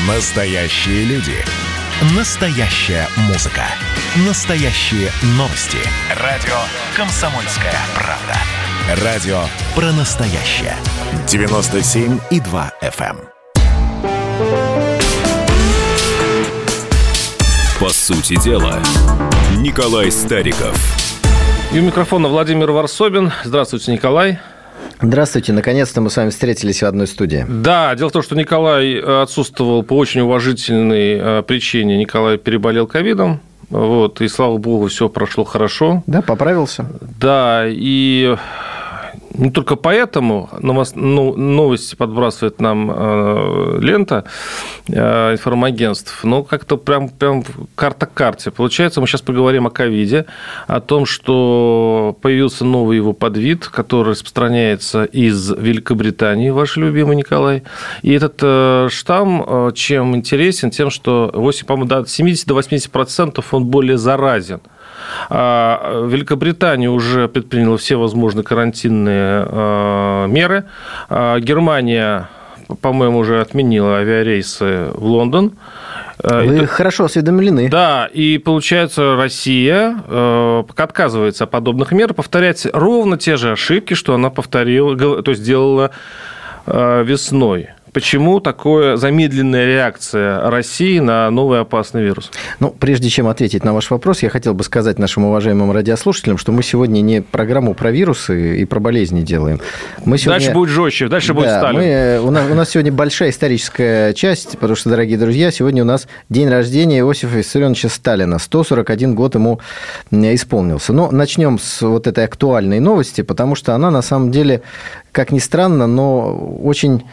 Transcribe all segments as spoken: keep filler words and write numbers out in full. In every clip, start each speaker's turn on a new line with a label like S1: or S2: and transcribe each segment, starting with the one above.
S1: Настоящие люди. Настоящая музыка. Настоящие новости. Радио «Комсомольская правда». Радио про настоящее. девяносто семь и два эф эм.
S2: По сути дела, Николай Стариков.
S3: И у микрофона Владимир Варсобин. Здравствуйте, Николай.
S4: Здравствуйте. Наконец-то мы с вами встретились в одной студии.
S3: Да, дело в том, что Николай отсутствовал по очень уважительной причине. Николай переболел ковидом. Вот, и, слава богу, все прошло хорошо.
S4: Да, поправился.
S3: Да, и не только поэтому новости подбрасывает нам э, лента э, информагентств, но как-то прям, прям карта к карте. Получается, мы сейчас поговорим о ковиде, о том, что появился новый его подвид, который распространяется из Великобритании, ваш любимый Николай. И этот э, штамм э, чем интересен? Тем, что восемь, по-моему, до семьдесят до восьмидесяти процентов он более заразен. Великобритания уже предприняла все возможные карантинные меры. Германия, по-моему, уже отменила авиарейсы в Лондон.
S4: Вы Это... хорошо осведомлены.
S3: Да, и получается, Россия пока отказывается от подобных мер повторять ровно те же ошибки, что она повторила, то есть делала весной. Почему такая замедленная реакция России на новый опасный вирус?
S4: Ну, прежде чем ответить на ваш вопрос, я хотел бы сказать нашим уважаемым радиослушателям, что мы сегодня не программу про вирусы и про болезни делаем. Мы сегодня...
S3: Дальше будет жестче, дальше да, будет Сталин.
S4: Мы... У, нас, у нас сегодня большая историческая часть, потому что, дорогие друзья, сегодня у нас день рождения Иосифа Виссарионовича Сталина. сто сорок один год ему исполнился. Но начнем с вот этой актуальной новости, потому что она, на самом деле, как ни странно, но очень...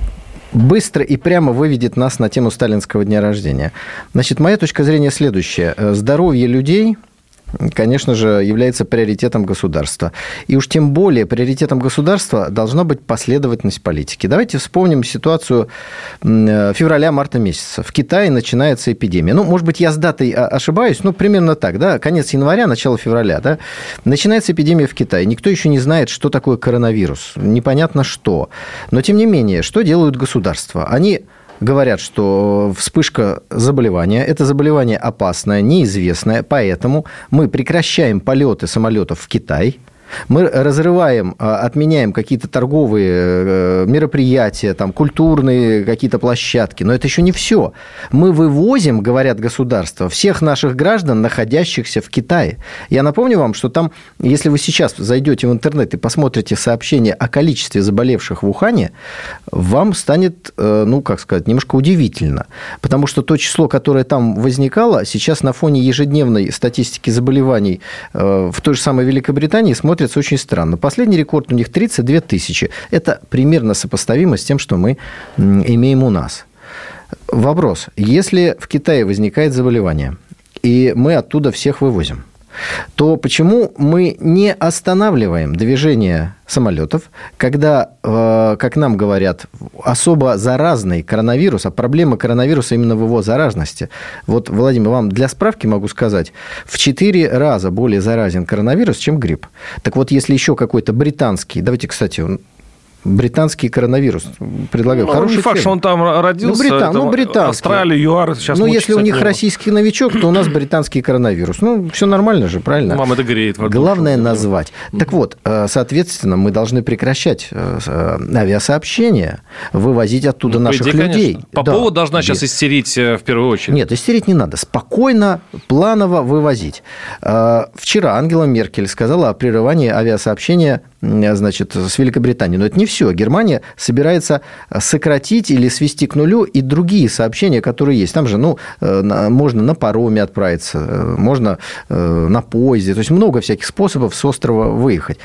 S4: быстро и прямо выведет нас на тему сталинского дня рождения. Значит, моя точка зрения следующая. Здоровье людей, конечно же, является приоритетом государства. И уж тем более приоритетом государства должна быть последовательность политики. Давайте вспомним ситуацию февраля-марта месяца. В Китае начинается эпидемия. Ну, может быть, я с датой ошибаюсь, но примерно так, да, конец января, начало февраля, да, начинается эпидемия в Китае. Никто еще не знает, что такое коронавирус. Непонятно что. Но, тем не менее, что делают государства? Они... говорят, что вспышка заболевания, это заболевание опасное, неизвестное, поэтому мы прекращаем полеты самолетов в Китай, мы разрываем, отменяем какие-то торговые мероприятия, там, культурные какие-то площадки, но это еще не все. Мы вывозим, говорят государства, всех наших граждан, находящихся в Китае. Я напомню вам, что там, если вы сейчас зайдете в интернет и посмотрите сообщение о количестве заболевших в Ухане, вам станет, ну, как сказать, немножко удивительно, потому что то число, которое там возникало, сейчас на фоне ежедневной статистики заболеваний в той же самой Великобритании смотрится очень странно. Последний рекорд у них тридцать две тысячи. Это примерно сопоставимо с тем, что мы имеем у нас. Вопрос. Если в Китае возникает заболевание, и мы оттуда всех вывозим, то почему мы не останавливаем движение самолетов, когда, как нам говорят, особо заразный коронавирус, а проблема коронавируса именно в его заразности. Вот, Владимир, вам для справки могу сказать, в четыре раза более заразен коронавирус, чем грипп. Так вот, если еще какой-то британский, давайте, кстати, британский коронавирус. Предлагаю.
S3: Ну,
S4: хороший
S3: не факт,
S4: термин.
S3: что он там родился.
S4: Ну, британ, ну, британский.
S3: Австралия, ЮАР сейчас.
S4: Ну, если у них нема. Российский новичок, то у нас британский коронавирус. Ну, все нормально же, правильно?
S3: Мама, это греет.
S4: Главное назвать. Так вот, соответственно, мы должны прекращать авиасообщения, вывозить оттуда ну, наших
S3: идее,
S4: людей.
S3: Конечно. Попова да, должна без... сейчас истерить в первую очередь.
S4: Нет, истерить не надо. Спокойно, планово вывозить. Вчера Ангела Меркель сказала о прерывании авиасообщения, значит, с Великобританией. Но это не все. Германия собирается сократить или свести к нулю и другие сообщения, которые есть. Там же, ну, можно на пароме отправиться, можно на поезде. То есть много всяких способов с острова выехать.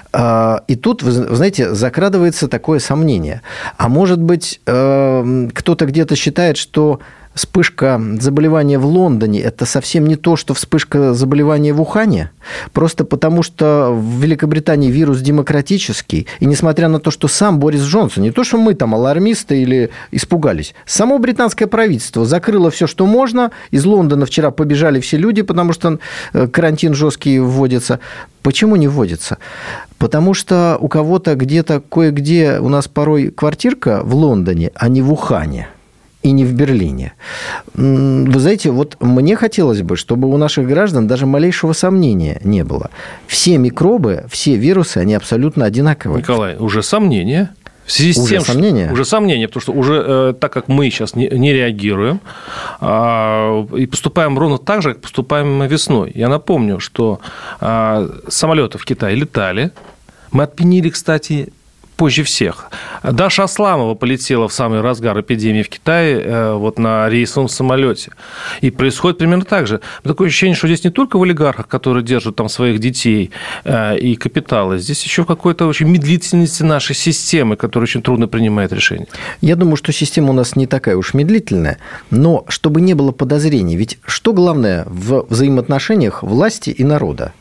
S4: И тут, вы знаете, закрадывается такое сомнение. А может быть, кто-то где-то считает, что вспышка заболевания в Лондоне – это совсем не то, что вспышка заболевания в Ухане. Просто потому, что в Великобритании вирус демократический. И несмотря на то, что сам Борис Джонсон, не то, что мы там алармисты или испугались, само британское правительство закрыло все, что можно. Из Лондона вчера побежали все люди, потому что карантин жесткий вводится. Почему не вводится? Потому что у кого-то где-то, кое-где у нас порой квартирка в Лондоне, а не в Ухане. и не в Берлине. Вы знаете, вот мне хотелось бы, чтобы у наших граждан даже малейшего сомнения не было. Все микробы, все вирусы, они абсолютно одинаковые.
S3: Николай, уже сомнения. В связи с
S4: уже
S3: тем,
S4: сомнения?
S3: Что, уже сомнения, потому что уже э, так как мы сейчас не, не реагируем э, и поступаем ровно так же, как поступаем весной. Я напомню, что э, самолеты в Китае летали. Мы отменили, кстати, позже всех. Даша Асламова полетела в самый разгар эпидемии в Китае вот на рейсовом самолете. И происходит примерно так же. Такое ощущение, что здесь не только в олигархах, которые держат там своих детей и капиталы, здесь еще какой-то очень медлительности нашей системы, которая очень трудно принимает решения.
S4: Я думаю, что система у нас не такая уж медлительная, но чтобы не было подозрений, ведь что главное в взаимоотношениях власти и народа?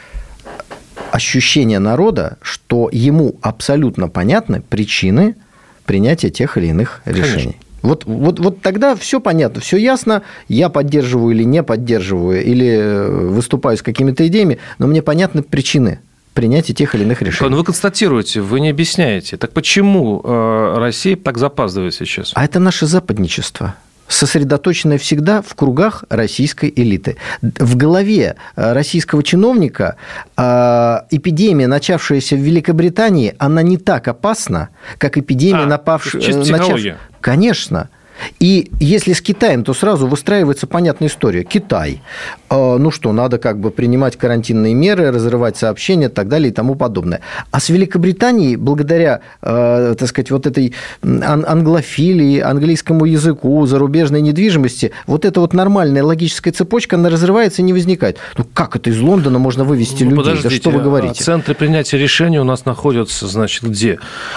S4: Ощущение народа, что ему абсолютно понятны причины принятия тех или иных решений. Вот, вот, вот тогда все понятно, все ясно, я поддерживаю или не поддерживаю, или выступаю с какими-то идеями, но мне понятны причины принятия тех или иных решений.
S3: Но вы констатируете, вы не объясняете. Так почему Россия так запаздывает сейчас?
S4: А это наше западничество, сосредоточенное всегда в кругах российской элиты. В голове российского чиновника эпидемия, начавшаяся в Великобритании, она не так опасна, как эпидемия,
S3: а,
S4: напавшая...
S3: Начав...
S4: Конечно. И если с Китаем, то сразу выстраивается понятная история. Китай. Ну что, надо как бы принимать карантинные меры, разрывать сообщения и так далее и тому подобное. А с Великобританией, благодаря, так сказать, вот этой англофилии, английскому языку, зарубежной недвижимости, вот эта вот нормальная логическая цепочка, она разрывается и не возникает. Ну как это из Лондона можно вывести ну, людей?
S3: Подождите,
S4: да что вы говорите?
S3: Центры принятия решений у нас находятся, значит, где?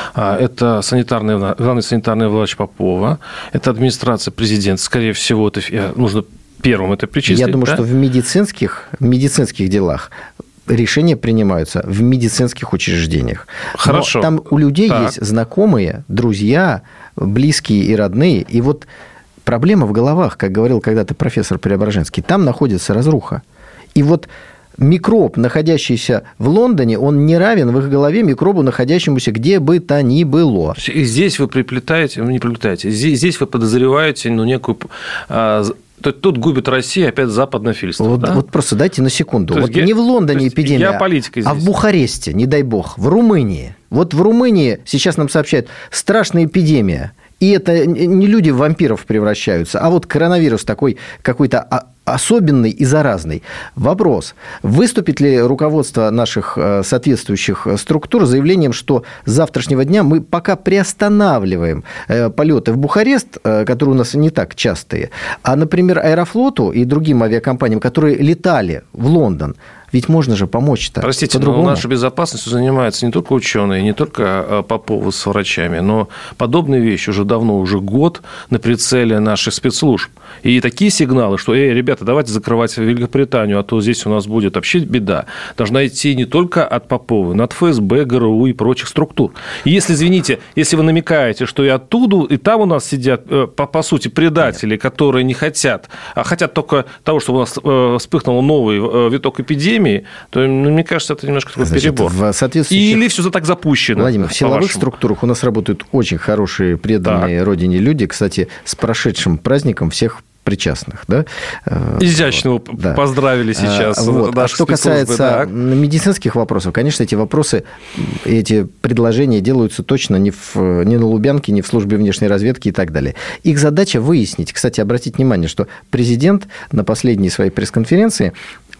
S3: Это санитарный, главный санитарный врач Попова, это администрация президента, скорее всего, это нужно первым это причислить.
S4: Я думаю,
S3: да?
S4: что в медицинских, в медицинских делах решения принимаются в медицинских учреждениях.
S3: Хорошо.
S4: Но там у людей
S3: так.
S4: есть знакомые, друзья, близкие и родные. И вот проблема в головах, как говорил когда-то профессор Преображенский, там находится разруха. И вот микроб, находящийся в Лондоне, он не равен в их голове микробу, находящемуся где бы то ни было.
S3: И здесь вы приплетаете, ну, не приплетаете, здесь, здесь вы подозреваете ну, некую... А, тут губит Россия опять западнофильство.
S4: Вот,
S3: да?
S4: вот просто дайте на секунду. Вот
S3: ге...
S4: не в Лондоне эпидемия, а в Бухаресте, не дай бог, в Румынии. Вот в Румынии, сейчас нам сообщают, страшная эпидемия. И это не люди в вампиров превращаются, а вот коронавирус такой какой-то особенный и заразный. Вопрос. Выступит ли руководство наших соответствующих структур с заявлением, что с завтрашнего дня мы пока приостанавливаем полеты в Бухарест, которые у нас не так частые, а, например, Аэрофлоту и другим авиакомпаниям, которые летали в Лондон, ведь можно же помочь-то.
S3: Простите, но нашей безопасностью занимаются не только ученые, не только Попова с врачами, но подобные вещи уже давно, уже год на прицеле наших спецслужб. И такие сигналы, что, эй, ребята, давайте закрывать Великобританию, а то здесь у нас будет вообще беда, должна идти не только от Попова, но от эф эс бэ, гэ эр у и прочих структур. И если, извините, если вы намекаете, что и оттуда, и там у нас сидят, по, по сути, предатели, Нет. которые не хотят, а хотят только того, чтобы у нас вспыхнул новый виток эпидемии, то, ну, мне кажется, это немножко такой Значит, перебор.
S4: В соответствующих...
S3: Или все так запущено.
S4: Владимир, в силовых структурах у нас работают очень хорошие, преданные так. родине люди. Кстати, с прошедшим праздником всех причастных. Да?
S3: Изящно вот.
S4: да.
S3: поздравили сейчас.
S4: Вот. А что касается так. медицинских вопросов, конечно, эти вопросы, эти предложения делаются точно не, в, не на Лубянке, не в службе внешней разведки и так далее. Их задача выяснить. Кстати, обратите внимание, что президент на последней своей пресс-конференции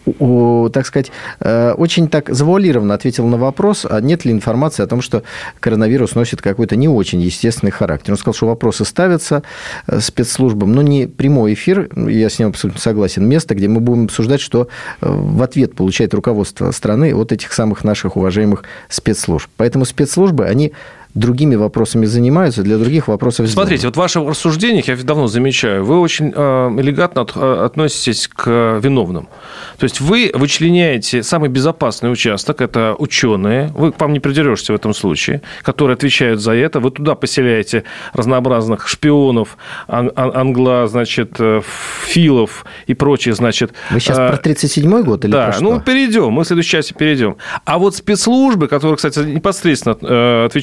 S4: так сказать, очень так завуалированно ответил на вопрос, а нет ли информации о том, что коронавирус носит какой-то не очень естественный характер. Он сказал, что вопросы ставятся спецслужбам, но не прямой эфир, я с ним абсолютно согласен, место, где мы будем обсуждать, что в ответ получает руководство страны от этих самых наших уважаемых спецслужб. Поэтому спецслужбы, они другими вопросами занимаются, для других вопросов сделаны.
S3: Смотрите, вот в ваших рассуждениях, я давно замечаю, вы очень элегантно относитесь к виновным. То есть вы вычленяете самый безопасный участок, это ученые, вы к вам не придерешься в этом случае, которые отвечают за это, вы туда поселяете разнообразных шпионов, англо, значит, филов и прочее, значит...
S4: Вы сейчас а, про тридцать седьмой год или
S3: да,
S4: про что?
S3: Ну, перейдем, мы в следующей части перейдем. А вот спецслужбы, которые, кстати, непосредственно отвечают за безопасность,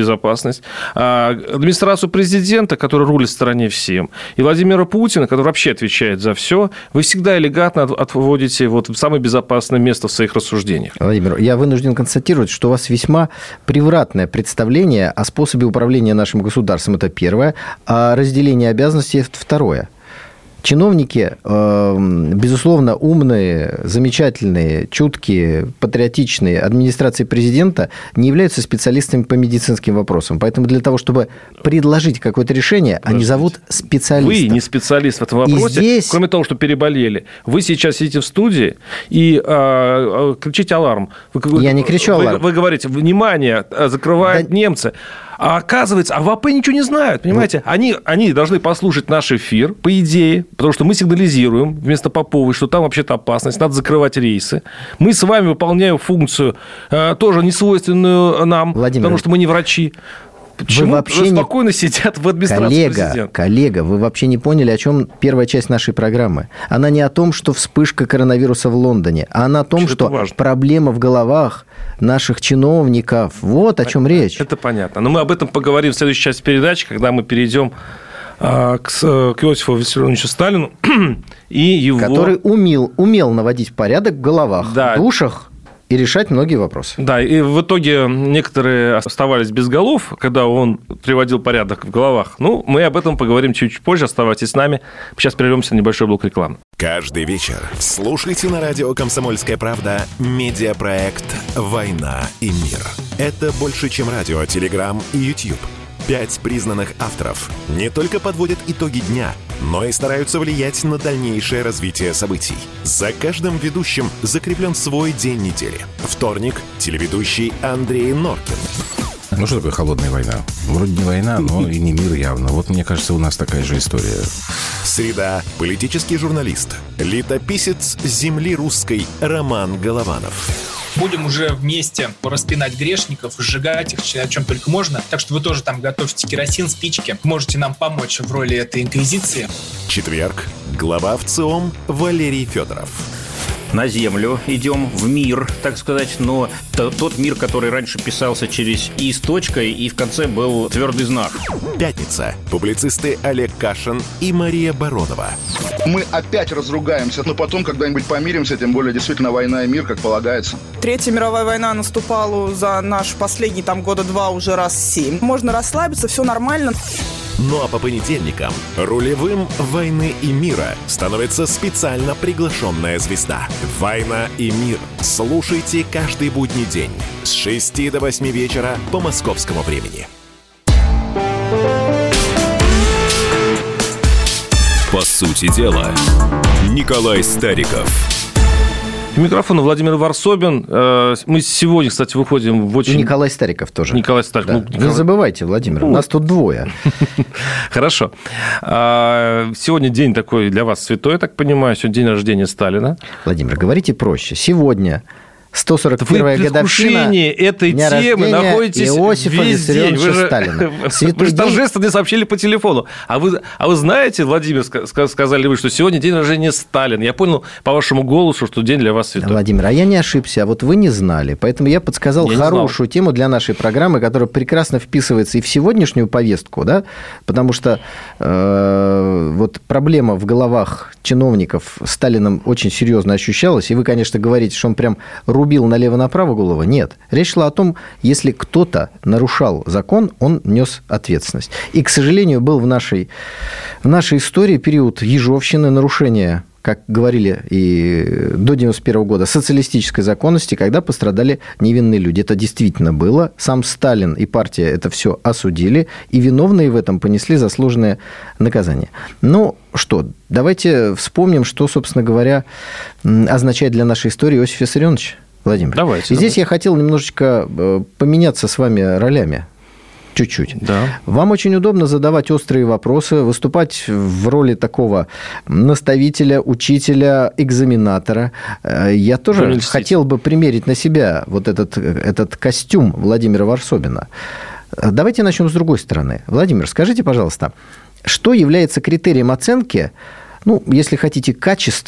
S3: безопасность, администрацию президента, который рулит в стране всем, и Владимира Путина, который вообще отвечает за все, вы всегда элегантно отводите вот в самое безопасное место в своих рассуждениях.
S4: Владимир, я вынужден констатировать, что у вас весьма превратное представление о способе управления нашим государством. Это первое. А разделение обязанностей – это второе. Чиновники, безусловно, умные, замечательные, чуткие, патриотичные, администрации президента не являются специалистами по медицинским вопросам. Поэтому для того, чтобы предложить какое-то решение, Подождите. они зовут специалистов.
S3: Вы не специалист в этом вопросе, здесь... кроме того, что переболели. Вы сейчас сидите в студии и э, кричите аларм. Вы,
S4: Я не кричу аларм.
S3: Вы, вы говорите, внимание, закрывают да... немцы. А оказывается, а в АП ничего не знают, понимаете? Они, они должны послушать наш эфир, по идее, потому что мы сигнализируем вместо Поповой, что там вообще-то опасность, надо закрывать рейсы. Мы с вами выполняем функцию, э, тоже несвойственную нам, Владимир, потому что мы не врачи. Почему
S4: вы вообще
S3: спокойно
S4: не...
S3: сидят в администрации
S4: коллега,
S3: президента?
S4: Коллега, вы вообще не поняли, о чем первая часть нашей программы. Она не о том, что вспышка коронавируса в Лондоне, а она о том, что, что проблема в головах наших чиновников. Вот о чем речь.
S3: Это понятно. Но мы об этом поговорим в следующей части передачи, когда мы перейдем к, к Иосифу Виссарионовичу Сталину и его...
S4: Который умел, умел наводить порядок в головах,
S3: да.
S4: в душах. И решать многие вопросы.
S3: Да, и в итоге некоторые оставались без голов, когда он приводил порядок в головах. Ну, мы об этом поговорим чуть позже. Оставайтесь с нами. Сейчас прервемся на небольшой блок рекламы.
S1: Каждый вечер слушайте на радио «Комсомольская правда» медиапроект «Война и мир». Это больше, чем радио, телеграм и YouTube. Пять признанных авторов не только подводят итоги дня, но и стараются влиять на дальнейшее развитие событий. За каждым ведущим закреплен свой день недели. Вторник – телеведущий Андрей Норкин.
S5: Ну, что такое холодная война? Вроде не война, но и не мир явно. Вот, мне кажется, у нас такая же история.
S1: Среда – политический журналист, летописец земли русской Роман Голованов.
S6: Будем уже вместе распинать грешников, сжигать их, о чем только можно. Так что вы тоже там готовьте керосин, спички. Можете нам помочь в роли этой инквизиции.
S1: Четверг. Глава ВЦИОМ Валерий Федоров.
S7: На землю идем, в мир, так сказать, но тот мир, который раньше писался через «и» с точкой, и в конце был твердый знак.
S1: Пятница. Публицисты Олег Кашин и Мария Баронова.
S8: Мы опять разругаемся, но потом когда-нибудь помиримся, тем более действительно война и мир, как полагается.
S9: Третья мировая война наступала за наш последний там года два уже раз семь. Можно расслабиться, все нормально.
S1: Ну а по понедельникам рулевым «Войны и мира» становится специально приглашенная звезда. «Война и мир». Слушайте каждый будний день с шести до восьми вечера по московскому времени.
S2: По сути дела, Николай Стариков.
S3: У микрофона Владимир Варсобин. Мы сегодня, кстати, выходим в очень...
S4: И Николай Стариков тоже.
S3: Николай Стариков. Да.
S4: Ну, Николай... Не забывайте, Владимир, ну... у нас тут двое.
S3: Хорошо. Сегодня день такой для вас святой, я так понимаю. Сегодня день рождения Сталина.
S4: Владимир, говорите проще. Сегодня... сто сорок первая годовщина
S3: этой
S4: дня
S3: темы находитесь
S4: Иосифа
S3: весь день. Вы же,
S4: Сталина.
S3: Вы же торжественно сообщили по телефону. А вы, а вы знаете, Владимир, сказали вы, что сегодня день рождения Сталина. Я понял по вашему голосу, что день для вас святой.
S4: Владимир, а я не ошибся, а вот вы не знали. Поэтому я подсказал я хорошую тему для нашей программы, которая прекрасно вписывается и в сегодняшнюю повестку, да? Потому что э, вот проблема в головах чиновников Сталином очень серьезно ощущалась. И вы, конечно, говорите, что он прям рубил налево-направо голову. Нет. Речь шла о том, если кто-то нарушал закон, он нес ответственность. И, к сожалению, был в нашей, в нашей истории период ежовщины, нарушения, как говорили и до девяносто первого года, социалистической законности, когда пострадали невинные люди. Это действительно было. Сам Сталин и партия это все осудили, и виновные в этом понесли заслуженное наказание. Ну, что, давайте вспомним, что, собственно говоря, означает для нашей истории Иосиф Виссарионович. Владимир.
S3: Давайте.
S4: И здесь
S3: давайте.
S4: я хотел немножечко поменяться с вами ролями. Чуть-чуть.
S3: Да.
S4: Вам очень удобно задавать острые вопросы, выступать в роли такого наставителя, учителя, экзаменатора. Я тоже хотел бы примерить на себя вот этот, этот костюм Владимира Варсобина. Давайте начнем с другой стороны. Владимир, скажите, пожалуйста, что является критерием оценки, ну, если хотите, качества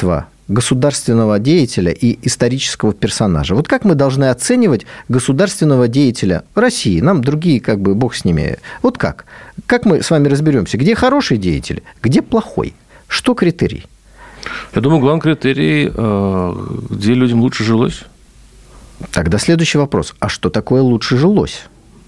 S4: государственного деятеля и исторического персонажа. Вот как мы должны оценивать государственного деятеля России? Нам другие, как бы, бог с ними. Вот как? Как мы с вами разберемся? Где хороший деятель, где плохой? Что критерий?
S3: Я думаю, главный критерий, где людям лучше жилось.
S4: Тогда следующий вопрос. А что такое лучше жилось?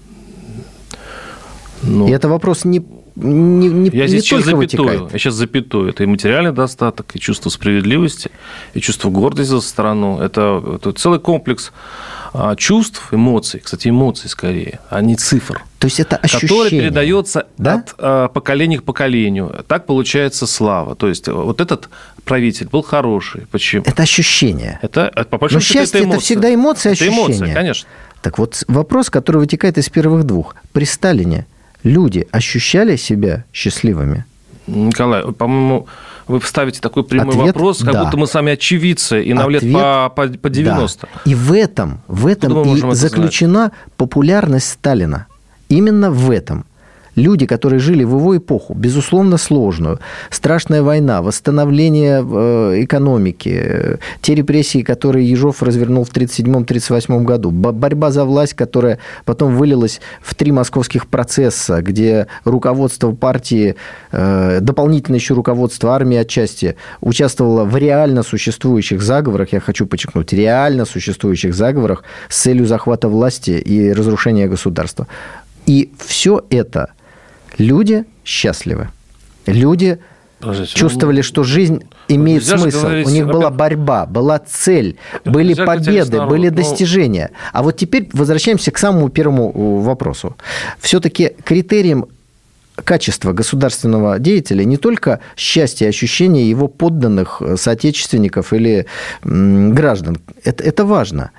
S3: Ну,
S4: и это вопрос не, не, не,
S3: я
S4: не
S3: сейчас
S4: только
S3: запятую,
S4: вытекает.
S3: Я сейчас запятую. Это и материальный достаток, и чувство справедливости, и чувство гордости за страну. Это, это целый комплекс чувств, эмоций. Кстати, эмоций скорее, а не цифр.
S4: То есть это ощущение.
S3: Который передается, да, от а, поколения к поколению. Так получается слава. То есть вот этот правитель был хороший. Почему?
S4: Это ощущение.
S3: Это, по большому
S4: Но
S3: счету,
S4: счастье
S3: это,
S4: это всегда эмоции,
S3: это
S4: ощущения.
S3: эмоции, конечно.
S4: Так вот, вопрос, который вытекает из первых двух. При Сталине люди ощущали себя счастливыми?
S3: Николай, по-моему, вы ставите такой прямой
S4: Ответ,
S3: вопрос, как
S4: да.
S3: будто мы сами очевидцы, и нам
S4: Ответ,
S3: лет по, по, по девяносто.
S4: Да. И в этом, в этом и заключена популярность Сталина. Именно в этом. Люди, которые жили в его эпоху, безусловно, сложную, страшная война, восстановление экономики, те репрессии, которые Ежов развернул в тридцать седьмом — тридцать восьмом году, борьба за власть, которая потом вылилась в три московских процесса, где руководство партии, дополнительно еще руководство армии отчасти, участвовало в реально существующих заговорах, я хочу подчеркнуть, реально существующих заговорах с целью захвата власти и разрушения государства. И все это люди счастливы. Люди Подождите, чувствовали, ну, что жизнь имеет смысл. Говорить, у них была борьба, была цель, были победы, народ, были достижения. Ну... А вот теперь возвращаемся к самому первому вопросу. Все-таки критерием качества государственного деятеля не только счастье и ощущение его подданных, соотечественников или граждан. Это, это важно.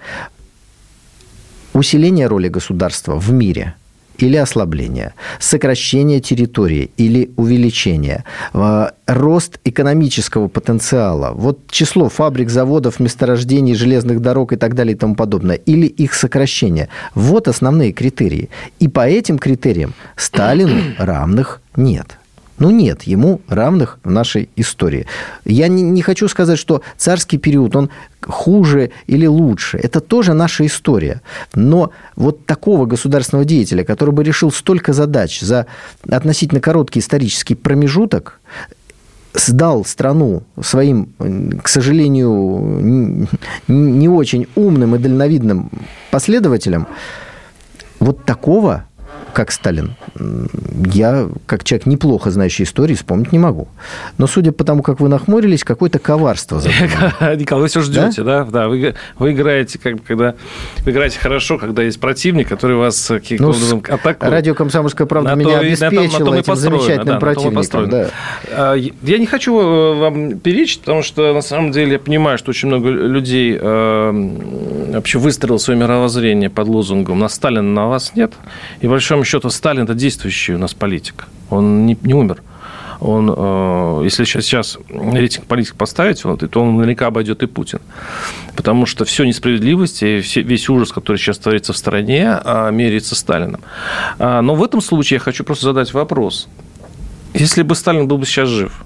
S4: Усиление роли государства в мире или ослабление, сокращение территории или увеличение, рост экономического потенциала, вот число фабрик, заводов, месторождений, железных дорог и так далее и тому подобное, или их сокращение. Вот основные критерии. И по этим критериям Сталину равных нет. Ну, нет ему равных в нашей истории. Я не, не хочу сказать, что царский период, он хуже или лучше. Это тоже наша история. Но вот такого государственного деятеля, который бы решил столько задач за относительно короткий исторический промежуток, сдал страну своим, к сожалению, не очень умным и дальновидным последователям, вот такого, как Сталин, я, как человек, неплохо знающий историю, вспомнить не могу. Но судя по тому, как вы нахмурились, какое-то коварство.
S3: Николай, вы все ждете, да? Да, да. Вы, вы играете, как, когда вы играете хорошо, когда есть противник, который вас каким-то
S4: ну,
S3: образом атакует.
S4: Радио «Комсомольская правда» на меня то, обеспечило на этим замечательным да, противником. Да.
S3: Я не хочу вам перечить, потому что, на самом деле, я понимаю, что очень много людей вообще выстроило свое мировоззрение под лозунгом «на Сталина на вас нет». И, по большому счету, Сталин – это действующий у нас политик. Он не, не умер. Он, э, если сейчас, сейчас рейтинг политик поставить, то он наверняка обойдет и Путин. Потому что все несправедливость и все, весь ужас, который сейчас творится в стране, меряется Сталином. Но в этом случае я хочу просто задать вопрос. Если бы Сталин был бы сейчас жив,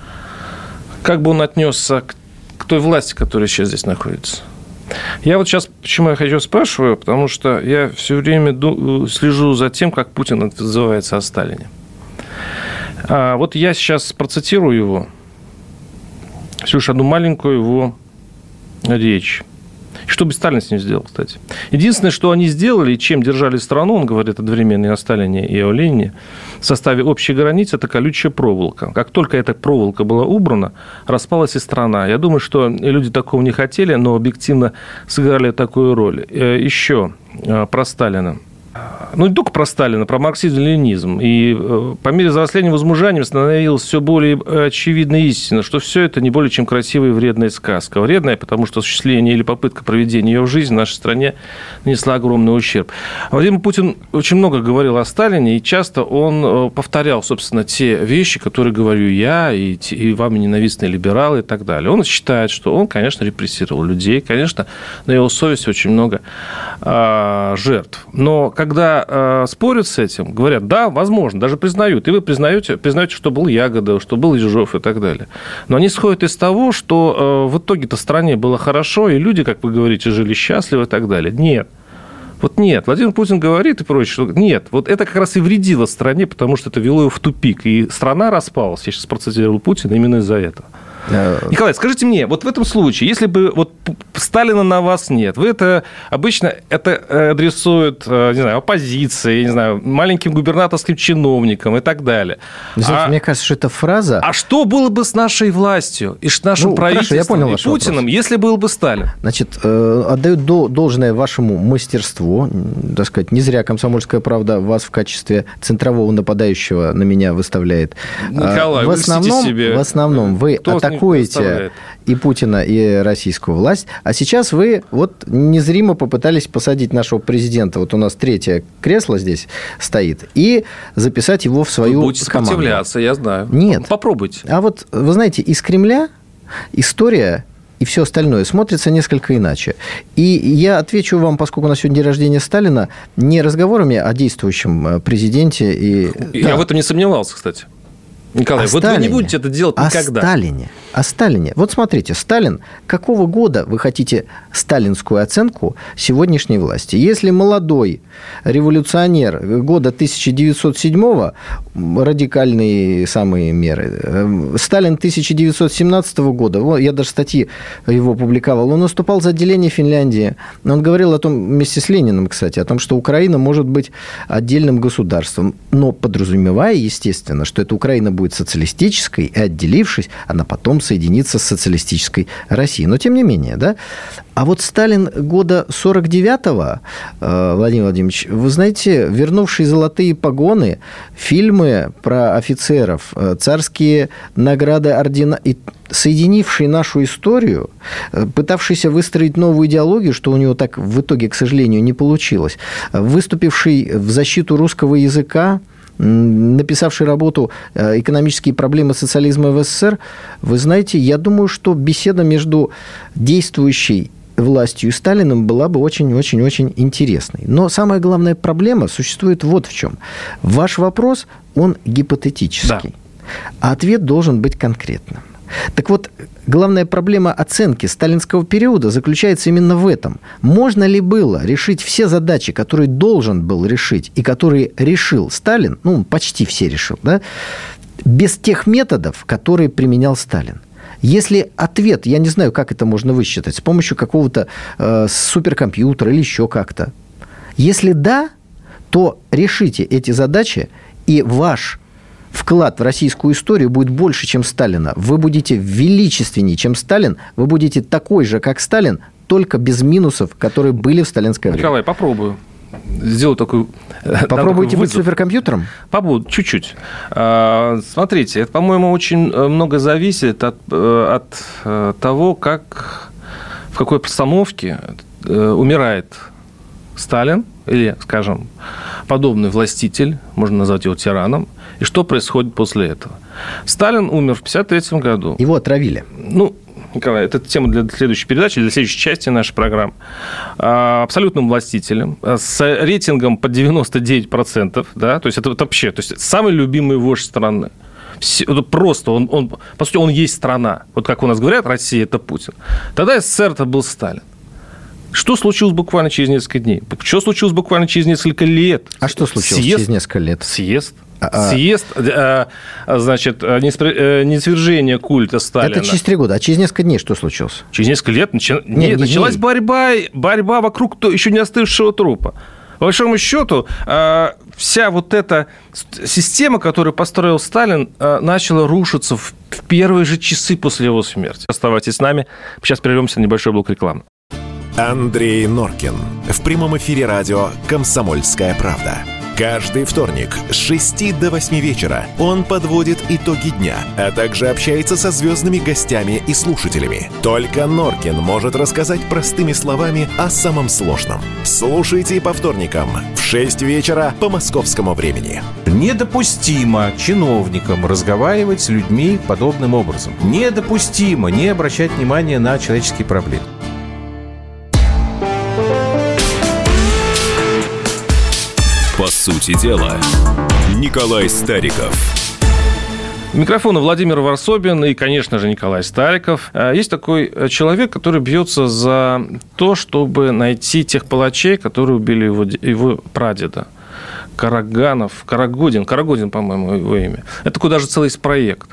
S3: как бы он отнесся к, к той власти, которая сейчас здесь находится? Я вот сейчас, почему я хочу спрашиваю, потому что я все время слежу за тем, как Путин отзывается о Сталине. А вот я сейчас процитирую его, всего лишь одну маленькую его речь. Что бы Сталин с ним сделал, кстати? Единственное, что они сделали, и чем держали страну, он говорит одновременно и о Сталине, и о Ленине, в составе общей границы, это колючая проволока. Как только эта проволока была убрана, распалась и страна. Я думаю, что люди такого не хотели, но объективно сыграли такую роль. Еще про Сталина. Ну, не только про Сталина, про марксизм и ленинизм. И по мере взросления и возмужания становилась все более очевидной истина, что все это не более чем красивая и вредная сказка. Вредная, потому что осуществление или попытка проведения ее в жизнь в нашей стране нанесла огромный ущерб. Владимир Путин очень много говорил о Сталине, и часто он повторял, собственно, те вещи, которые говорю я, и, и вам ненавистные либералы и так далее. Он считает, что он, конечно, репрессировал людей, конечно, на его совести очень много а, жертв. Но когда э, спорят с этим, говорят, да, возможно, даже признают. И вы признаете, признаете, что был Ягода, что был Ежов и так далее. Но они исходят из того, что э, в итоге-то стране было хорошо, и люди, как вы говорите, жили счастливо и так далее. Нет. Вот нет. Владимир Путин говорит и прочее, что нет. Вот это как раз и вредило стране, потому что это вело ее в тупик. И страна распалась. Я сейчас процитировал Путина именно из-за этого. Николай, скажите мне, вот в этом случае, если бы вот Сталина на вас нет, вы это обычно это адресуют, не знаю, оппозиции, я не знаю, маленьким губернаторским чиновникам и так далее.
S4: Знаете,
S3: а,
S4: мне кажется, что эта фраза...
S3: А что было бы с нашей властью и с нашим
S4: ну,
S3: правительством
S4: хорошо, я понял
S3: и Путиным, вопрос. Если был бы Сталин?
S4: Значит, отдают должное вашему мастерству, так сказать, не зря «Комсомольская правда» вас в качестве центрового нападающего на меня выставляет.
S3: Николай,
S4: в основном,
S3: себе...
S4: В основном вы атакуете атакуете и Путина, и российскую власть, а сейчас вы вот незримо попытались посадить нашего президента, вот у нас третье кресло здесь стоит, и записать его в свою
S3: вы будете
S4: команду.
S3: Сопротивляться, я знаю.
S4: Нет.
S3: Попробуйте.
S4: А вот, вы знаете, из Кремля история и все остальное смотрится несколько иначе. И я отвечу вам, поскольку у нас сегодня день рождения Сталина, не разговорами о действующем президенте. И...
S3: Я да. в этом не сомневался, кстати. Николай,
S4: о
S3: вот
S4: Сталине,
S3: вы не будете это делать никогда.
S4: О Сталине. О Сталине. Вот смотрите, Сталин, какого года вы хотите сталинскую оценку сегодняшней власти? Если молодой революционер года тысяча девятьсот седьмого, радикальные самые меры, Сталин тысяча девятьсот семнадцатого года, я даже статьи его публиковал, он выступал за отделение Финляндии. Он говорил о том, вместе с Лениным, кстати, о том, что Украина может быть отдельным государством, но подразумевая, естественно, что эта Украина будет будет социалистической, и, отделившись, она потом соединится с социалистической Россией. Но, тем не менее, да. А вот Сталин года сорок девятого, Владимир Владимирович, вы знаете, вернувший золотые погоны, фильмы про офицеров, царские награды, ордена, и соединивший нашу историю, пытавшийся выстроить новую идеологию, что у него так в итоге, к сожалению, не получилось, выступивший в защиту русского языка, написавший работу «Экономические проблемы социализма в СССР», вы знаете, я думаю, что беседа между действующей властью и Сталиным была бы очень-очень-очень интересной. Но самая главная проблема существует вот в чем. Ваш вопрос, он гипотетический, да. А ответ должен быть конкретным. Так вот, главная проблема оценки сталинского периода заключается именно в этом. Можно ли было решить все задачи, которые должен был решить и которые решил Сталин, ну, почти все решил, да, без тех методов, которые применял Сталин? Если ответ, я не знаю, как это можно высчитать, с помощью какого-то э, суперкомпьютера или еще как-то. Если да, то решите эти задачи, и ваш вклад в российскую историю будет больше, чем Сталина. Вы будете величественнее, чем Сталин. Вы будете такой же, как Сталин, только без минусов, которые были в сталинское время.
S3: Николай, попробую. Сделаю такой...
S4: Попробуйте быть суперкомпьютером?
S3: Побуду, чуть-чуть. Смотрите, это, по-моему, очень много зависит от, от того, как, в какой постановке умирает Сталин или, скажем, подобный властитель, можно назвать его тираном, и что происходит после этого. Сталин умер в пятьдесят третьем году.
S4: Его отравили.
S3: Ну, Николай, это тема для следующей передачи, для следующей части нашей программы. Абсолютным властителем, с рейтингом под девяносто девять процентов, да, то есть это, это вообще, то есть самый любимый вождь страны. Это просто, он, он, по сути, он есть страна. Вот как у нас говорят, Россия – это Путин. Тогда СССР – это был Сталин. Что случилось буквально через несколько дней? Что случилось буквально через несколько лет?
S4: А что случилось
S3: Съезд,
S4: через несколько лет?
S3: Съезд. А, съезд, значит, низвержение культа Сталина.
S4: Это через три года. А через несколько дней что случилось?
S3: Через несколько лет начи...
S4: Нет,
S3: Нет,
S4: не
S3: началась
S4: дней.
S3: борьба, борьба вокруг еще не остывшего трупа. По большому счету, вся вот эта система, которую построил Сталин, начала рушиться в первые же часы после его смерти. Оставайтесь с нами. Сейчас прервемся на небольшой блок рекламы.
S1: Андрей Норкин. В прямом эфире радио «Комсомольская правда». Каждый вторник с шести до восьми вечера он подводит итоги дня, а также общается со звездными гостями и слушателями. Только Норкин может рассказать простыми словами о самом сложном. Слушайте по вторникам в шесть вечера по московскому времени.
S5: Недопустимо чиновникам разговаривать с людьми подобным образом. Недопустимо не обращать внимания на человеческие проблемы.
S2: сути дела, Николай Стариков.
S3: Микрофон Владимир Варсобин и, конечно же, Николай Стариков. Есть такой человек, который бьется за то, чтобы найти тех палачей, которые убили его, его прадеда. Караганов, Карагодин, Карагодин, по-моему, его имя. Это такой даже целый проект.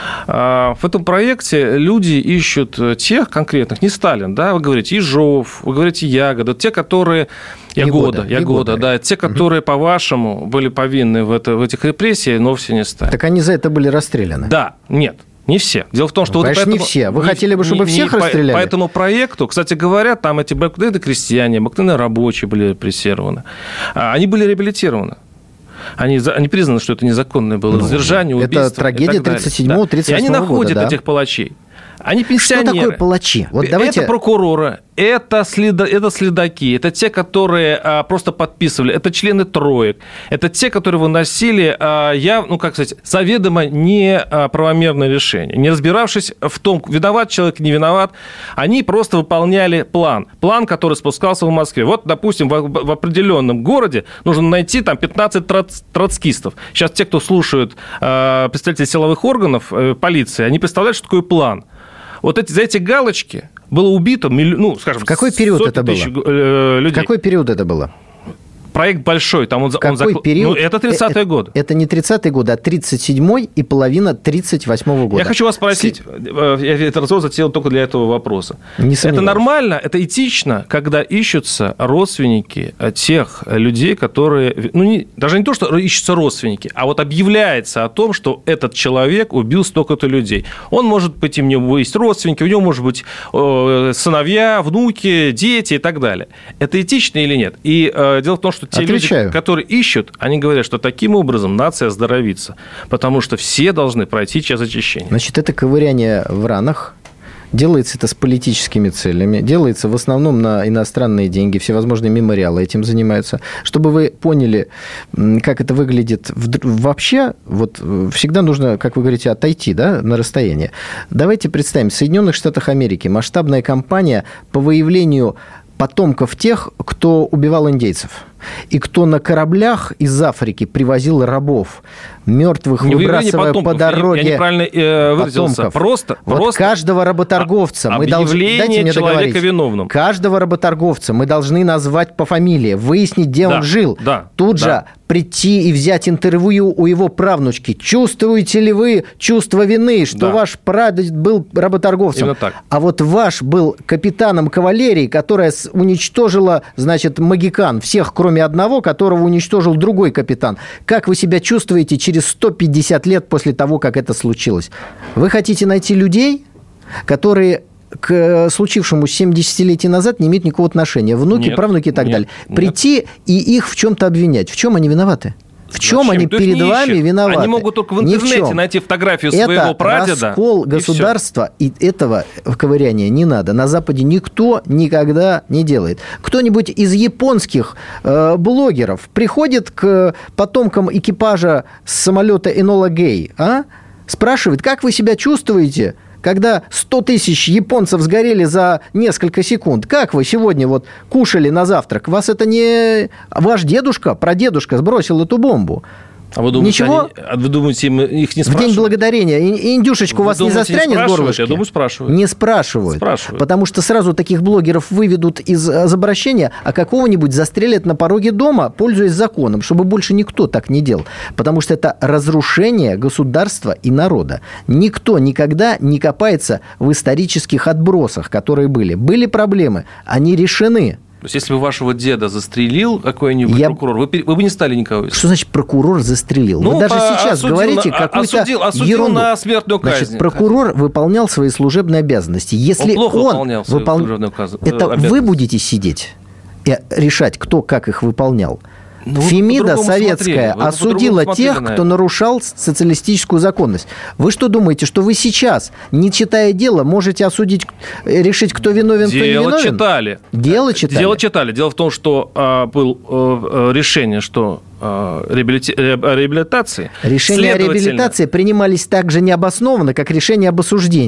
S3: В этом проекте люди ищут тех конкретных, не Сталин, да, вы говорите Ежов, вы говорите Ягода, те, которые... Ягода, Ягода, Ягода, да, те, которые, угу. по-вашему, были повинны в, это, в этих репрессиях, но вовсе не стали.
S4: Так они за это были расстреляны?
S3: Да, нет. Не все. Дело в том, что...
S4: Ну,
S3: вот
S4: конечно,
S3: поэтому,
S4: не все. Вы
S3: не,
S4: хотели бы, чтобы
S3: не,
S4: всех
S3: не,
S4: расстреляли?
S3: По, по этому проекту, кстати говоря, там эти обыкновенные крестьяне, обыкновенные рабочие были репрессированы. Они были реабилитированы. Они, они признаны, что это незаконное было ну, задержание, убийство.
S4: Это трагедия тридцать седьмого тридцать восьмого года.
S3: И они находят
S4: да.
S3: этих палачей. Они пенсионеры.
S4: Что такое палачи? Вот давайте...
S3: Это прокуроры, это, следа, это следаки, это те, которые а, просто подписывали, это члены троек, это те, которые выносили, а, я, ну, как сказать, заведомо неправомерное решение. Не разбиравшись в том, виноват человек, не виноват, они просто выполняли план. План, который спускался в Москве. Вот, допустим, в, в определенном городе нужно найти там пятнадцать троц, троцкистов. Сейчас те, кто слушают а, представителей силовых органов, а, полиции, они представляют, что такое план. Вот эти, за эти галочки было убито, ну, скажем,
S4: в какой период это было?
S3: Людей.
S4: В какой период это было?
S3: Проект большой, там он...
S4: В какой
S3: он
S4: период?
S3: Ну, это тридцатые годы.
S4: Это, это не тридцатые годы, а тридцать седьмой и половина тридцать восьмого года.
S3: Я хочу вас спросить, С... я этот разговор затеял только для этого вопроса.
S4: Не
S3: это нормально, это этично, когда ищутся родственники тех людей, которые... Ну, не, даже не то, что ищутся родственники, а вот объявляется о том, что этот человек убил столько-то людей. Он может быть, у него есть родственники, у него может быть э, сыновья, внуки, дети и так далее. Это этично или нет? И э, дело в том, что те
S4: Отвечаю.
S3: люди, которые ищут, они говорят, что таким образом нация оздоровится, потому что все должны пройти час очищения.
S4: Значит, это ковыряние в ранах. Делается это с политическими целями, делается в основном на иностранные деньги, всевозможные мемориалы этим занимаются. Чтобы вы поняли, как это выглядит вообще, вот всегда нужно, как вы говорите, отойти, да, на расстояние. Давайте представим, в Соединенных Штатах Америки масштабная кампания по выявлению потомков тех, кто убивал индейцев. И кто на кораблях из Африки привозил рабов, мертвых, не выбрасывая по дороге.
S3: Я неправильно э, выразился. Просто,
S4: вот
S3: просто
S4: каждого работорговца мы должны... Дайте мне договорить.
S3: Виновным.
S4: Каждого работорговца мы должны назвать по фамилии, выяснить, где да, он жил. Да, Тут да. же прийти и взять интервью у его правнучки. Чувствуете ли вы чувство вины, что да. ваш прадед был работорговцем?
S3: Именно так.
S4: А вот ваш был капитаном кавалерии, которая уничтожила, значит, магикан, всех, кроме одного, которого уничтожил другой капитан. Как вы себя чувствуете через сто пятьдесят лет после того, как это случилось? Вы хотите найти людей, которые к случившемуся семь десятилетий назад не имеют никакого отношения? Внуки, нет, правнуки и так нет, далее. Прийти нет. и их в чем-то обвинять. В чем они виноваты? В чем Зачем? они перед вами виноваты?
S3: Они могут только в интернете в найти фотографию это своего прадеда.
S4: Это раскол государства, и, и этого ковыряния не надо. На Западе никто никогда не делает. Кто-нибудь из японских э, блогеров приходит к потомкам экипажа с самолета Энола Гэй, а? спрашивает, как вы себя чувствуете, когда сто тысяч японцев сгорели за несколько секунд? Как вы сегодня вот кушали на завтрак? Вас это не... Ваш дедушка, прадедушка сбросил эту бомбу.
S3: А вы думаете,
S4: Ничего?
S3: Они, вы думаете, их не спрашивают?
S4: В день благодарения индюшечку вы вас думаете, не застрянет
S3: не
S4: в горлышке?
S3: Я думаю, спрашивают.
S4: Не спрашивают.
S3: Спрашивают.
S4: Потому что сразу таких блогеров выведут из обращения, а какого-нибудь застрелят на пороге дома, пользуясь законом, чтобы больше никто так не делал. Потому что это разрушение государства и народа. Никто никогда не копается в исторических отбросах, которые были. Были проблемы, они решены.
S3: То есть, если бы вашего деда застрелил какой-нибудь я... прокурор, вы, вы бы не стали никого искать?
S4: Что значит прокурор застрелил? Ну, вы даже сейчас
S3: осудил
S4: говорите
S3: на,
S4: какую-то
S3: осудил, осудил
S4: ерунду.
S3: на смертную казнь.
S4: Значит, прокурор выполнял свои служебные обязанности. Если
S3: он плохо
S4: он
S3: выполнял свои
S4: выпол...
S3: служебные обязанности.
S4: Это вы будете сидеть и решать, кто как их выполнял. Ну, Фемида советская осудила тех, кто нарушал социалистическую законность. Вы что думаете, что вы сейчас, не читая дело, можете осудить, решить, кто виновен, кто не виновен?
S3: Дело читали.
S4: Дело читали.
S3: Дело читали. Дело в том, что а, было а, решение, что а, реабилити... реабилитации...
S4: Решения о реабилитации принимались так же необоснованно, как решение об осуждении.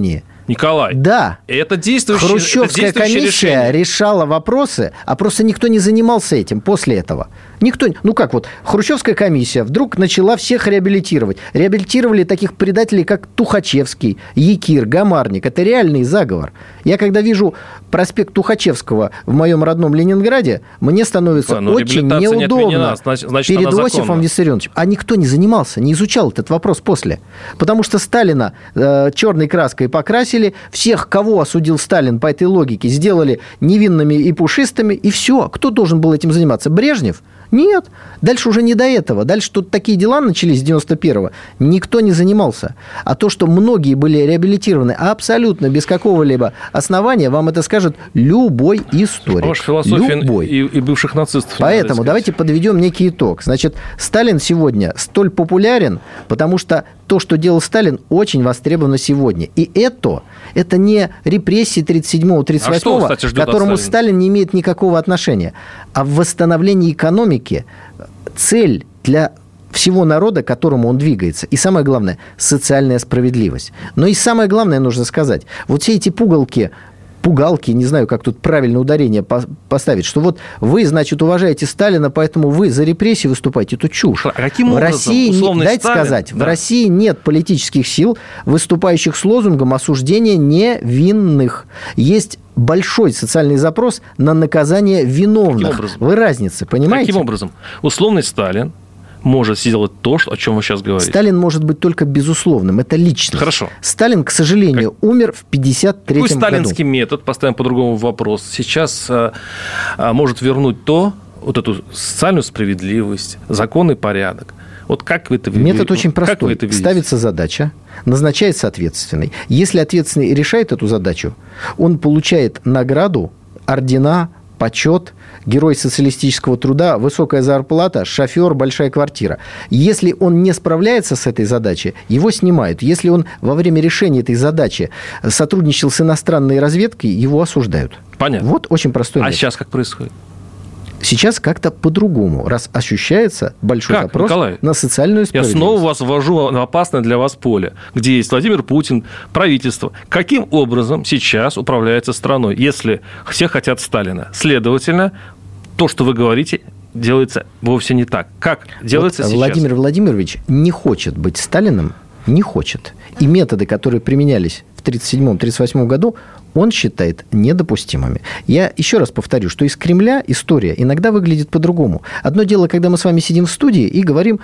S3: Николай,
S4: да.
S3: Это действующая,
S4: Хрущевская
S3: это действующее
S4: комиссия
S3: решение.
S4: решала вопросы, а просто никто не занимался этим после этого. Никто, ну как вот, Хрущевская комиссия вдруг начала всех реабилитировать. Реабилитировали таких предателей, как Тухачевский, Якир, Гамарник. Это реальный заговор. Я когда вижу проспект Тухачевского в моем родном Ленинграде, мне становится
S3: да,
S4: очень неудобно
S3: не значит,
S4: перед Иосифом Виссарионовичем. А никто не занимался, не изучал этот вопрос после. Потому что Сталина э, черной краской покрасили, всех, кого осудил Сталин по этой логике, сделали невинными и пушистыми, и все. Кто должен был этим заниматься? Брежнев? Нет. Дальше уже не до этого. Дальше тут такие дела начались с девяносто первого. Никто не занимался. А то, что многие были реабилитированы абсолютно без какого-либо основания, вам это скажет любой историк.
S3: Ваша философия
S4: любой.
S3: И, и бывших нацистов.
S4: Поэтому давайте подведем некий итог. Значит, Сталин сегодня столь популярен, потому что то, что делал Сталин, очень востребовано сегодня. И это, это не репрессии тридцать седьмого тридцать восьмого,
S3: а что, кстати,
S4: к которому Сталин не имеет никакого отношения, а в восстановлении экономики цель для всего народа, к которому он двигается. И самое главное, социальная справедливость. Но и самое главное нужно сказать. Вот все эти пугалки, пугалки, не знаю, как тут правильно ударение поставить, что вот вы, значит, уважаете Сталина, поэтому вы за репрессии выступаете. Это чушь.
S3: А каким
S4: в
S3: образом,
S4: России, не, дайте
S3: Сталин,
S4: сказать,
S3: да.
S4: в России нет политических сил, выступающих с лозунгом осуждения невинных. Есть большой социальный запрос на наказание виновных. Вы разницы, понимаете?
S3: Каким образом? Условный Сталин может сделать то, о чем вы сейчас говорите.
S4: Сталин может быть только безусловным. Это личность.
S3: Хорошо.
S4: Сталин, к сожалению, как... умер в пятьдесят третьем году.
S3: Какой сталинский метод, поставим по-другому вопрос, сейчас а, а, может вернуть то, вот эту социальную справедливость, законный порядок? Вот как вы это видите?
S4: Метод очень простой. Ставится задача, назначается ответственный. Если ответственный решает эту задачу, он получает награду, ордена, почет, герой социалистического труда, высокая зарплата, шофер, большая квартира. Если он не справляется с этой задачей, его снимают. Если он во время решения этой задачи сотрудничал с иностранной разведкой, его осуждают.
S3: Понятно.
S4: Вот очень простой
S3: а
S4: метод.
S3: А сейчас как происходит?
S4: Сейчас как-то по-другому, раз ощущается большой
S3: как,
S4: запрос
S3: Николай?
S4: На социальную справедливость.
S3: Я снова вас ввожу на опасное для вас поле, где есть Владимир Путин, правительство. Каким образом сейчас управляется страной, если все хотят Сталина? Следовательно, то, что вы говорите, делается вовсе не так. Как делается
S4: вот
S3: сейчас?
S4: Владимир Владимирович не хочет быть Сталиным, не хочет. И методы, которые применялись в тридцать седьмом тридцать восьмом году, он считает недопустимыми. Я еще раз повторю, что из Кремля история иногда выглядит по-другому. Одно дело, когда мы с вами сидим в студии и говорим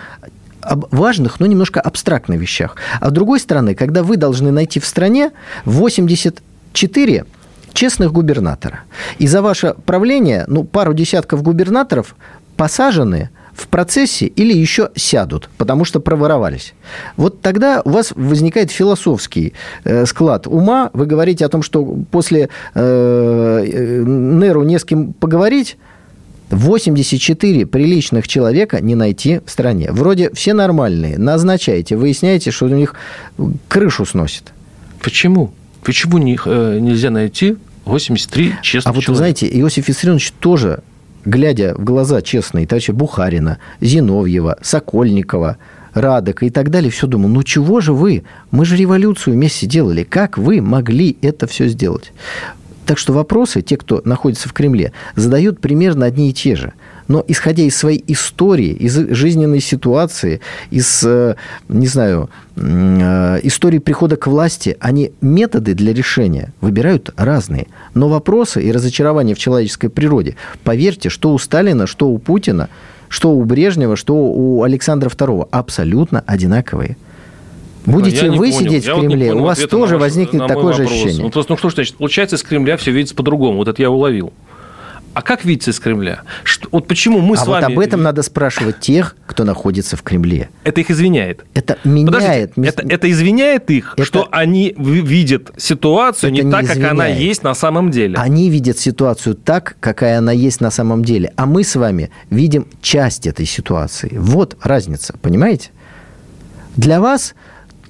S4: об важных, но немножко абстрактных вещах. А с другой стороны, когда вы должны найти в стране восемьдесят четыре честных губернатора. И за ваше правление, ну, пару десятков губернаторов посажены в процессе или еще сядут, потому что проворовались. Вот тогда у вас возникает философский э, склад ума. Вы говорите о том, что после э, Неру не с кем поговорить. восемьдесят четыре приличных человека не найти в стране. Вроде все нормальные. Назначаете, выясняете, что у них крышу сносит.
S3: Почему? Почему не, э, нельзя найти восемьдесят три честных человека?
S4: А вот вы знаете, Иосиф Виссарионович тоже, глядя в глаза честные товарища Бухарина, Зиновьева, Сокольникова, Радека и так далее, все думал, ну чего же вы? Мы же революцию вместе делали. Как вы могли это все сделать? Так что вопросы, те, кто находится в Кремле, задают примерно одни и те же. Но исходя из своей истории, из жизненной ситуации, из, не знаю, истории прихода к власти, они методы для решения выбирают разные. Но вопросы и разочарования в человеческой природе, поверьте, что у Сталина, что у Путина, что у Брежнева, что у Александра второго, абсолютно одинаковые. Будете
S3: я
S4: вы
S3: понял.
S4: сидеть
S3: я
S4: в Кремле,
S3: вот
S4: у вас тоже
S3: ваш,
S4: возникнет такое же ощущение.
S3: Ну, просто, ну, что значит? Получается, из Кремля все видится по-другому. Вот это я уловил. А как видится из Кремля? Что, вот почему мы
S4: а
S3: с
S4: вот
S3: вами...
S4: об этом надо спрашивать тех, кто находится в Кремле.
S3: Это их извиняет?
S4: Это меняет...
S3: Подождите, это, это извиняет их, это... что они видят ситуацию это не, не так, извиняет. Как она есть на самом деле?
S4: Они видят ситуацию так, какая она есть на самом деле. А мы с вами видим часть этой ситуации. Вот разница, понимаете? Для вас...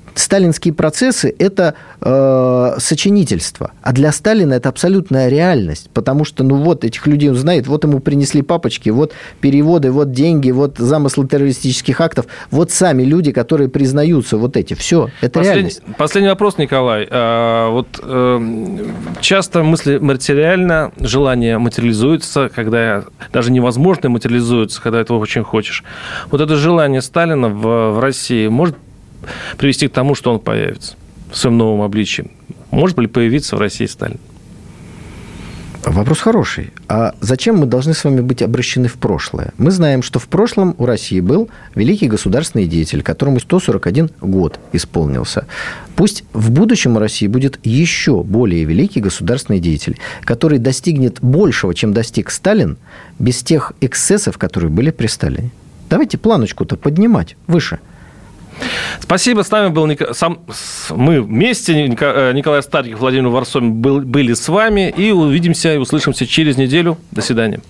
S4: Сталинские процессы – это э, сочинительство, а для Сталина это абсолютная реальность, потому что, ну вот, этих людей он знает, вот ему принесли папочки, вот переводы, вот деньги, вот замыслы террористических актов, вот сами люди, которые признаются, вот эти, все, это
S3: Послед...
S4: реальность.
S3: Последний вопрос, Николай. А, вот э, часто мысли материально, желание материализуется, когда даже невозможно материализуется, когда этого очень хочешь. Вот это желание Сталина в, в России может привести к тому, что он появится в своем новом обличии. Может ли появиться в России Сталин?
S4: Вопрос хороший. А зачем мы должны с вами быть обращены в прошлое? Мы знаем, что в прошлом у России был великий государственный деятель, которому сто сорок один год исполнился. Пусть в будущем у России будет еще более великий государственный деятель, который достигнет большего, чем достиг Сталин, без тех эксцессов, которые были при Сталине. Давайте планочку-то поднимать выше.
S3: Спасибо. С нами был Ник... Сам... мы вместе, Николай Стариков, Владимир Варсобин, был... были с вами. И увидимся и услышимся через неделю. До свидания.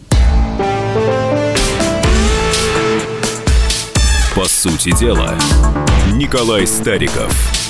S2: По сути дела, Николай Стариков.